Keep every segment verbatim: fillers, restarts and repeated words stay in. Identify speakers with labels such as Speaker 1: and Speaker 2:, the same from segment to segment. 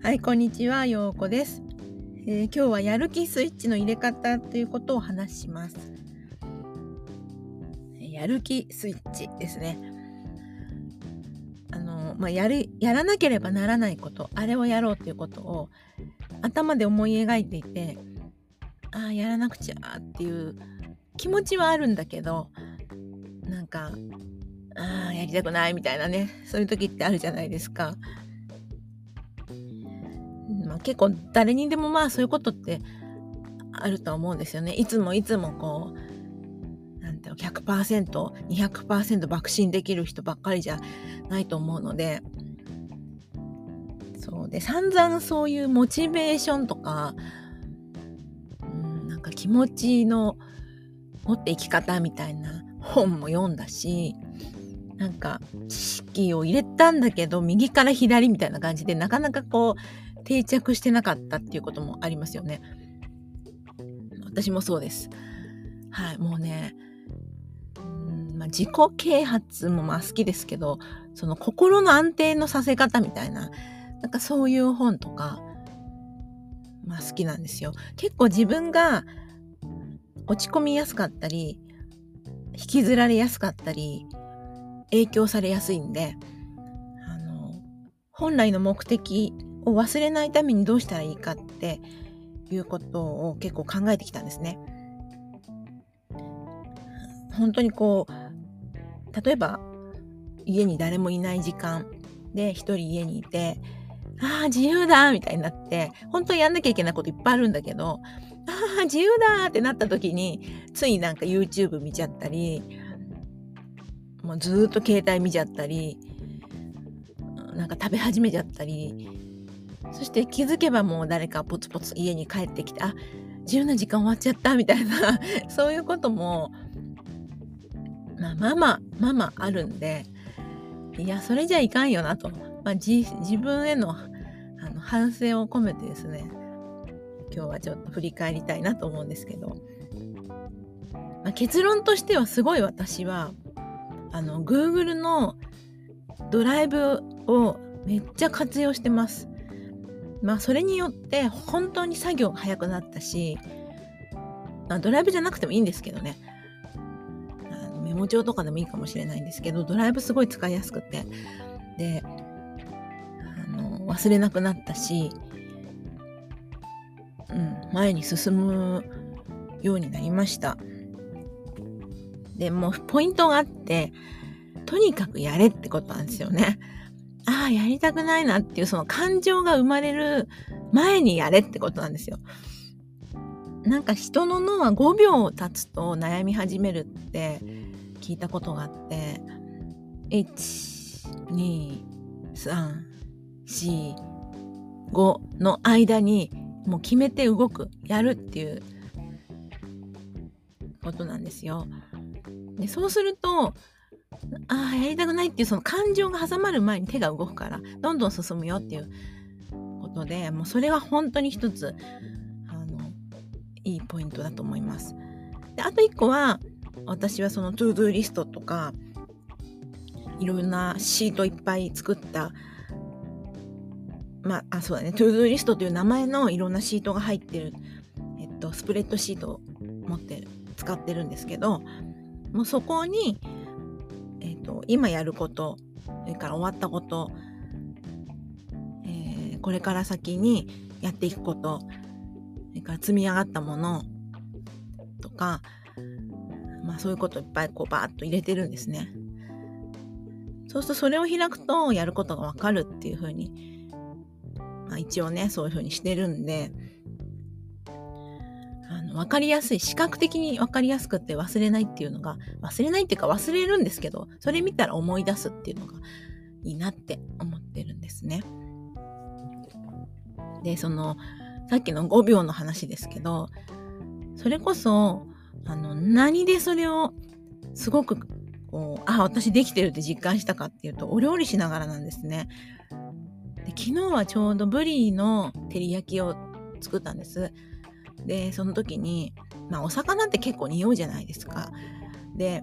Speaker 1: はい、こんにちは、ようこです、えー今日はやる気スイッチの入れ方ということをお話しします。えーやる気スイッチですね。あの、まあ、やる、やらなければならないこと、あれをやろうということを頭で思い描いていて、ああ、やらなくちゃっていう気持ちはあるんだけど、なんか、ああ、やりたくないみたいなね、そういう時ってあるじゃないですか。うんまあ、結構誰にでもまあそういうことってあると思うんですよね。いつもいつもこう、なんていうの、ひゃくパーセント、にひゃくパーセント爆心できる人ばっかりじゃないと思うので、そうで、散々そういうモチベーションとか、うん、なんか気持ちの持って生き方みたいな本も読んだし、なんか知識を入れたんだけど、右から左みたいな感じで、なかなかこう、定着してなかったっていうこともありますよね。私もそうです。はい、もうね、うーん、まあ、自己啓発もまあ好きですけど、その心の安定のさせ方みたいな、なんかそういう本とか、まあ好きなんですよ。結構自分が落ち込みやすかったり、引きずられやすかったり、影響されやすいんで、あの、本来の目的を忘れないためにどうしたらいいかっていうことを結構考えてきたんですね。本当にこう、例えば家に誰もいない時間で一人家にいて、ああ、自由だみたいになって、本当にやんなきゃいけないこといっぱいあるんだけど、ああ、自由だってなった時に、ついなんか YouTube 見ちゃったり、もうずーっと携帯見ちゃったり、なんか食べ始めちゃったり、そして気づけばもう誰かポツポツ家に帰ってきて、あ、自由な時間終わっちゃったみたいな、そういうことも、まあまあまあ、まあまああるんで、いや、それじゃいかんよなと。まあ、じ自分への、あの、反省を込めてですね、今日はちょっと振り返りたいなと思うんですけど、まあ、結論としてはすごい私は、あの、Google のドライブをめっちゃ活用してます。まあ、それによって本当に作業が早くなったし、まあ、ドライブじゃなくてもいいんですけどね、あのメモ帳とかでもいいかもしれないんですけど、ドライブすごい使いやすくて、で、あの忘れなくなったし、うん、前に進むようになりました。でもうポイントがあって、とにかくやれってことなんですよね。ああ、やりたくないなっていうその感情が生まれる前にやれってことなんですよ。なんか人の脳はごびょう経つと悩み始めるって聞いたことがあって、いち、に、さん、し、ごの間にもう決めて動く、やるっていうことなんですよ。で、そうすると、ああ、やりたくないっていうその感情が挟まる前に手が動くから、どんどん進むよっていうことで、もうそれは本当に一つ、あの、いいポイントだと思います。で、あと一個は、私はそのトゥードゥーリストとか、いろんなシートいっぱい作った、まあ、あ、そうだね、トゥードゥーリストという名前のいろんなシートが入ってる、えっと、スプレッドシートを持って使ってるんですけど、もうそこに、えっと、今やること、それから終わったこと、えーこれから先にやっていくこと、それから積み上がったものとか、まあそういうこといっぱいこうバーッと入れてるんですね。そうするとそれを開くとやることがわかるっていう風に、まあ一応ね、そういう風にしてるんで、あの、わかりやすい、視覚的にわかりやすくって忘れないっていうのが、忘れないっていうか忘れるんですけど、それ見たら思い出すっていうのがいいなって思ってるんですね。で、その、さっきのごびょうの話ですけど、それこそ、あの、何でそれをすごく、こう、あ、私できてるって実感したかっていうと、お料理しながらなんですね。で、昨日はちょうどブリの照り焼きを作ったんです。で、その時に、まあ、お魚って結構匂うじゃないですか。で、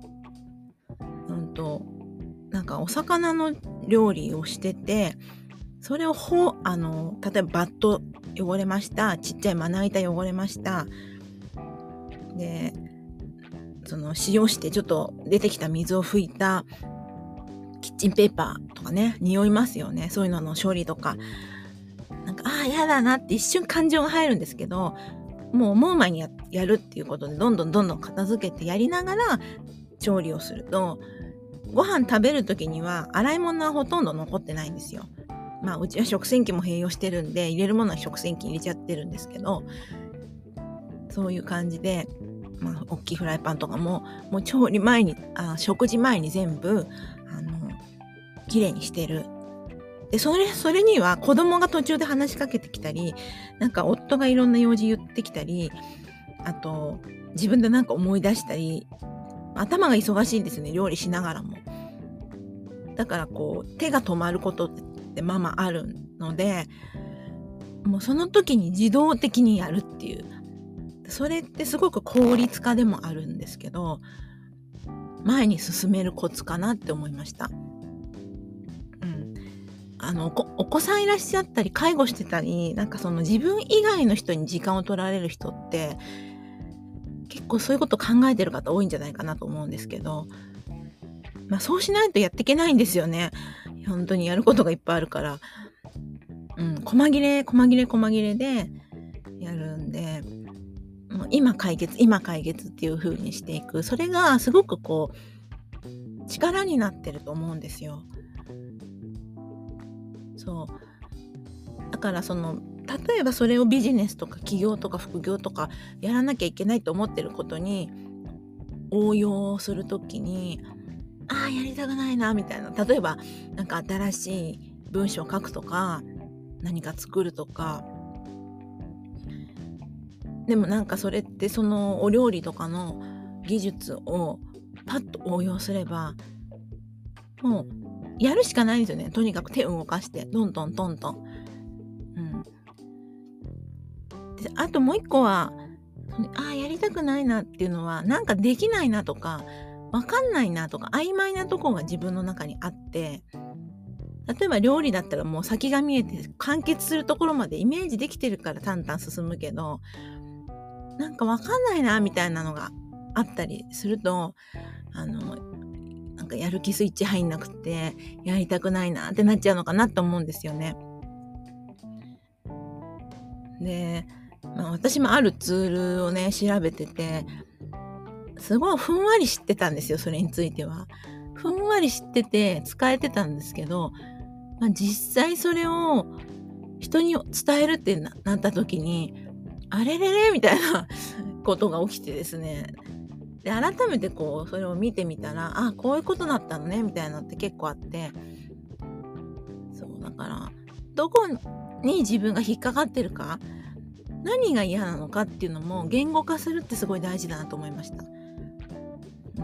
Speaker 1: うんと、なんかお魚の料理をしてて、 それをほあの例えばバット汚れました、ちっちゃいまな板汚れました、でその塩してちょっと出てきた水を拭いたキッチンペーパーとかね、匂いますよね。そういうのの処理とか、なんかああやだなって一瞬感情が入るんですけど、もう思う前に や, やるっていうことでどんどんどんどん片付けてやりながら調理をすると、ご飯食べる時には洗い物はほとんど残ってないんですよ。まあうちは食洗機も併用してるんで、入れるものは食洗機入れちゃってるんですけど、そういう感じで、まあ大きいフライパンとかももう調理前にあ食事前に全部あのきれいにしてる。でそれそれには子供が途中で話しかけてきたり、なんか夫がいろんな用事言ってきたり、あと自分でなんか思い出したり、頭が忙しいんですね、料理しながらも。だからこう手が止まることってまあまああるので、もうその時に自動的にやるっていう、それってすごく効率化でもあるんですけど、前に進めるコツかなって思いました。うん、あの お, お子さんいらっしゃったり介護してたり、なんかその自分以外の人に時間を取られる人って結構そういうこと考えてる方多いんじゃないかなと思うんですけど、まあそうしないとやっていけないんですよね。本当にやることがいっぱいあるから、うん、細切れ細切れ細切れでやるんで、もう今解決今解決っていう風にしていく、それがすごくこう力になってると思うんですよ。そうだからその例えばそれをビジネスとか起業とか副業とかやらなきゃいけないと思ってることに応用するときに、ああやりたくないなみたいな、例えばなんか新しい文章を書くとか何か作るとか、でもなんかそれってそのお料理とかの技術をパッと応用すればもうやるしかないんですよね。とにかく手を動かしてトントントントン、うん、であともう一個は、ああやりたくないなっていうのはなんかできないなとかわかんないなとか曖昧なところが自分の中にあって、例えば料理だったらもう先が見えて完結するところまでイメージできてるから淡々進むけど、なんかわかんないなみたいなのがあったりすると、あのなんかやる気スイッチ入んなくてやりたくないなってなっちゃうのかなと思うんですよね。で、まあ、私もあるツールをね調べてて、すごいふんわり知ってたんですよ。それについてはふんわり知ってて使えてたんですけど、まあ、実際それを人に伝えるってなった時にあれれれみたいなことが起きてですね、で改めてこうそれを見てみたら、あこういうことだったのねみたいなのって結構あって、そうだからどこに自分が引っかかってるか、何が嫌なのかっていうのも言語化するってすごい大事だなと思いました。うん、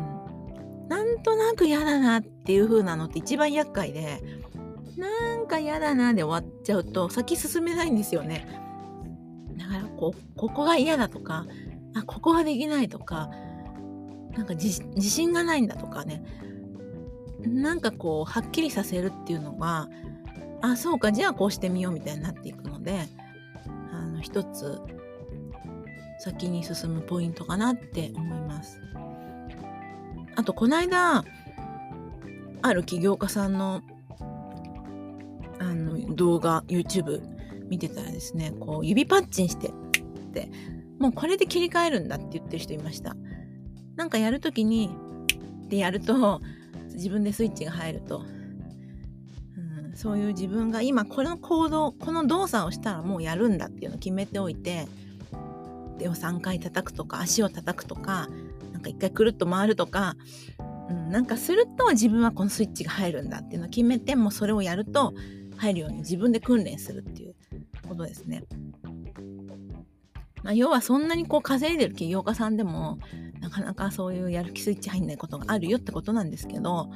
Speaker 1: なんとなく嫌だなっていう風なのって一番厄介で、なんか嫌だなで終わっちゃうと先進めないんですよね。だからこうここが嫌だとか、あここができないとか、なんか自自信がないんだとかね、なんかこうはっきりさせるっていうのが、あそうかじゃあこうしてみようみたいになっていくので、あの一つ先に進むポイントかなって思います。あとこの間ある起業家さんのあの動画 YouTube 見てたらですね、こう指パッチンしてってもうこれで切り替えるんだって言ってる人いました。なんかやるときにってやると自分でスイッチが入ると、うん、そういう自分が今この行動この動作をしたらもうやるんだっていうのを決めておいて、手をさんかい叩くとか足を叩くとか、なんかいっかいくるっと回るとか、うん、なんかすると自分はこのスイッチが入るんだっていうのを決めて、もうそれをやると入るように自分で訓練するっていうことですね。まあ、要はそんなにこう稼いでる起業家さんでもなかなかそういうやる気スイッチ入んないことがあるよってことなんですけど、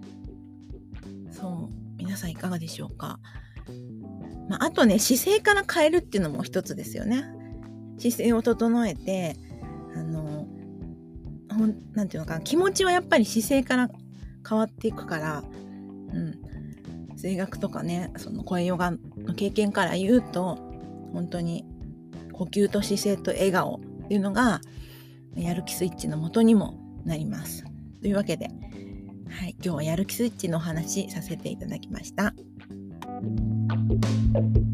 Speaker 1: そう皆さんいかがでしょうか。まあ、あとね姿勢から変えるっていうのも一つですよね。姿勢を整えて、あのほんなんていうのかな、気持ちはやっぱり姿勢から変わっていくから、うん、 声楽とかね、その声ヨガの経験から言うと、本当に呼吸と姿勢と笑顔っていうのがやる気スイッチの元にもなります。というわけで、はい、今日はやる気スイッチのお話させていただきました。